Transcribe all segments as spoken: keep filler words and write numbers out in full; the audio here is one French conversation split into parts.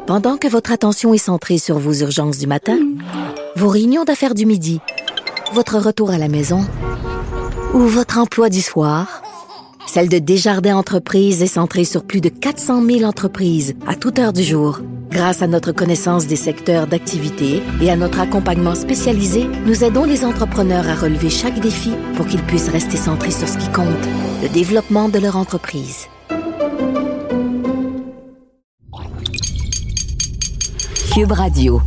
Pendant que votre attention est centrée sur vos urgences du matin, vos réunions d'affaires du midi, votre retour à la maison ou votre emploi du soir, celle de Desjardins Entreprises est centrée sur plus de quatre cent mille entreprises à toute heure du jour. Grâce à notre connaissance des secteurs d'activité et à notre accompagnement spécialisé, nous aidons les entrepreneurs à relever chaque défi pour qu'ils puissent rester centrés sur ce qui compte, le développement de leur entreprise. Cube Radio.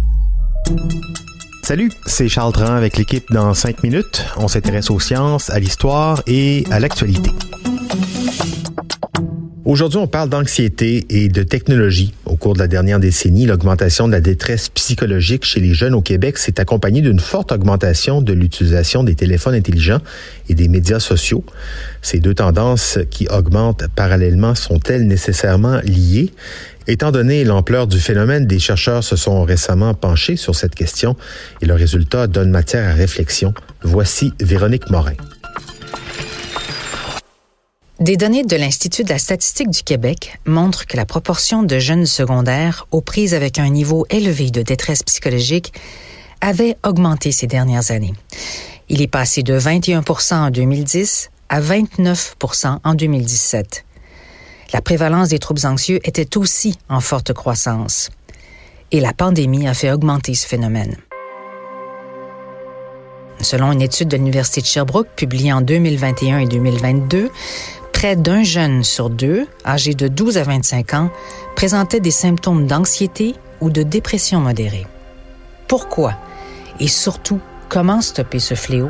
Salut, c'est Charles Dran avec l'équipe dans cinq minutes. On s'intéresse aux sciences, à l'histoire et à l'actualité. Aujourd'hui, on parle d'anxiété et de technologie. Au cours de la dernière décennie, l'augmentation de la détresse psychologique chez les jeunes au Québec s'est accompagnée d'une forte augmentation de l'utilisation des téléphones intelligents et des médias sociaux. Ces deux tendances qui augmentent parallèlement sont-elles nécessairement liées? Étant donné l'ampleur du phénomène, des chercheurs se sont récemment penchés sur cette question et leurs résultats donnent matière à réflexion. Voici Véronique Morin. Des données de l'Institut de la statistique du Québec montrent que la proportion de jeunes secondaires aux prises avec un niveau élevé de détresse psychologique avait augmenté ces dernières années. Il est passé de vingt et un pour cent en deux mille dix à vingt-neuf pour cent en deux mille dix-sept. La prévalence des troubles anxieux était aussi en forte croissance. Et la pandémie a fait augmenter ce phénomène. Selon une étude de l'Université de Sherbrooke publiée en deux mille vingt et un et deux mille vingt-deux, près d'un jeune sur deux, âgé de douze à vingt-cinq ans, présentait des symptômes d'anxiété ou de dépression modérée. Pourquoi? Et surtout, comment stopper ce fléau?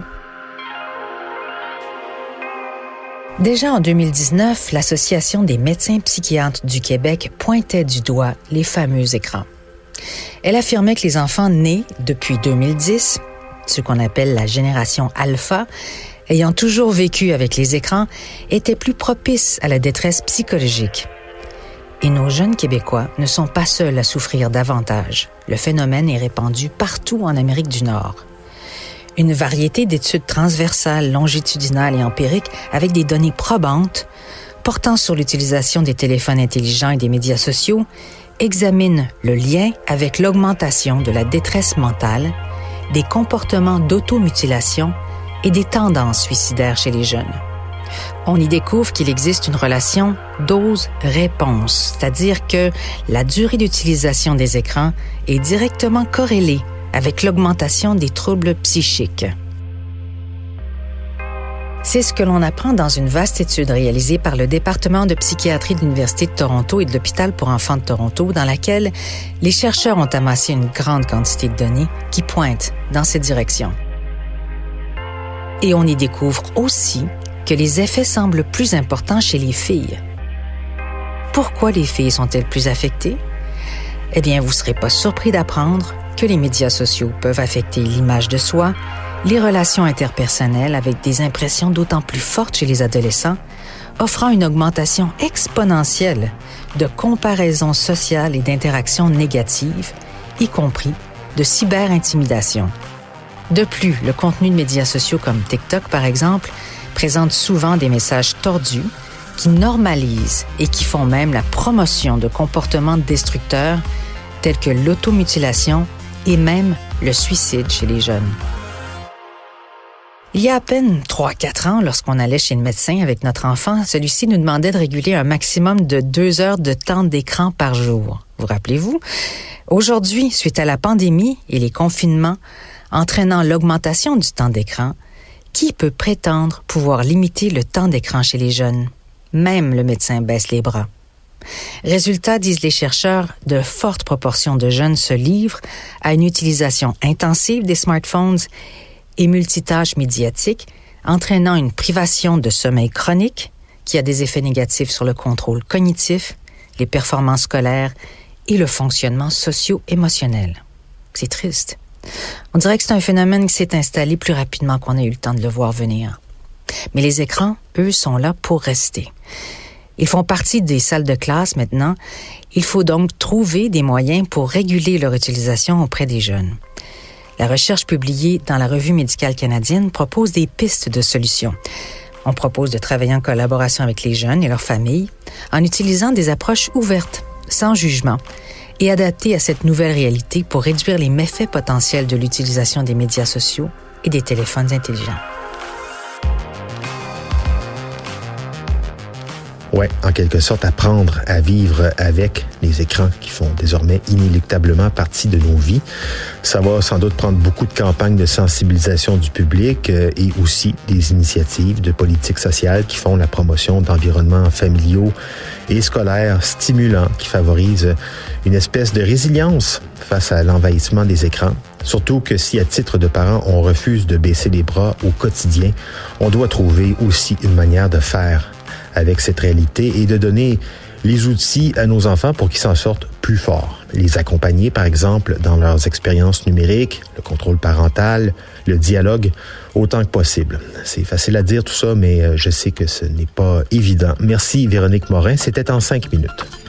Déjà en deux mille dix-neuf, l'Association des médecins psychiatres du Québec pointait du doigt les fameux écrans. Elle affirmait que les enfants nés depuis deux mille dix, ce qu'on appelle la génération alpha, ayant toujours vécu avec les écrans, étaient plus propices à la détresse psychologique. Et nos jeunes Québécois ne sont pas seuls à souffrir davantage. Le phénomène est répandu partout en Amérique du Nord. Une variété d'études transversales, longitudinales et empiriques avec des données probantes portant sur l'utilisation des téléphones intelligents et des médias sociaux examinent le lien avec l'augmentation de la détresse mentale, des comportements d'automutilation et des tendances suicidaires chez les jeunes. On y découvre qu'il existe une relation dose-réponse, c'est-à-dire que la durée d'utilisation des écrans est directement corrélée avec l'augmentation des troubles psychiques. C'est ce que l'on apprend dans une vaste étude réalisée par le département de psychiatrie de l'Université de Toronto et de l'Hôpital pour enfants de Toronto, dans laquelle les chercheurs ont amassé une grande quantité de données qui pointent dans cette direction. Et on y découvre aussi que les effets semblent plus importants chez les filles. Pourquoi les filles sont-elles plus affectées? Eh bien, vous ne serez pas surpris d'apprendre que les médias sociaux peuvent affecter l'image de soi, les relations interpersonnelles avec des impressions d'autant plus fortes chez les adolescents, offrant une augmentation exponentielle de comparaisons sociales et d'interactions négatives, y compris de cyberintimidation. De plus, le contenu de médias sociaux comme TikTok, par exemple, présente souvent des messages tordus qui normalisent et qui font même la promotion de comportements destructeurs tels que l'automutilation et même le suicide chez les jeunes. Il y a à peine trois à quatre ans, lorsqu'on allait chez le médecin avec notre enfant, celui-ci nous demandait de réguler un maximum de deux heures de temps d'écran par jour. Vous rappelez-vous? Aujourd'hui, suite à la pandémie et les confinements entraînant l'augmentation du temps d'écran, qui peut prétendre pouvoir limiter le temps d'écran chez les jeunes? Même le médecin baisse les bras. Résultat, disent les chercheurs, de fortes proportions de jeunes se livrent à une utilisation intensive des smartphones et multitâches médiatiques, entraînant une privation de sommeil chronique qui a des effets négatifs sur le contrôle cognitif, les performances scolaires et le fonctionnement socio-émotionnel. C'est triste. On dirait que c'est un phénomène qui s'est installé plus rapidement qu'on a eu le temps de le voir venir. Mais les écrans, eux, sont là pour rester. Ils font partie des salles de classe maintenant. Il faut donc trouver des moyens pour réguler leur utilisation auprès des jeunes. La recherche publiée dans la Revue médicale canadienne propose des pistes de solutions. On propose de travailler en collaboration avec les jeunes et leurs familles en utilisant des approches ouvertes, sans jugement, et adapter à cette nouvelle réalité pour réduire les méfaits potentiels de l'utilisation des médias sociaux et des téléphones intelligents. Ouais, en quelque sorte, apprendre à vivre avec les écrans qui font désormais inéluctablement partie de nos vies. Ça va sans doute prendre beaucoup de campagnes de sensibilisation du public euh, et aussi des initiatives de politique sociale qui font la promotion d'environnements familiaux et scolaires stimulants qui favorisent une espèce de résilience face à l'envahissement des écrans. Surtout que si, à titre de parents, on refuse de baisser les bras au quotidien, on doit trouver aussi une manière de faire avec cette réalité et de donner les outils à nos enfants pour qu'ils s'en sortent plus forts. Les accompagner, par exemple, dans leurs expériences numériques, le contrôle parental, le dialogue, autant que possible. C'est facile à dire tout ça, mais je sais que ce n'est pas évident. Merci Véronique Morin, c'était en cinq minutes.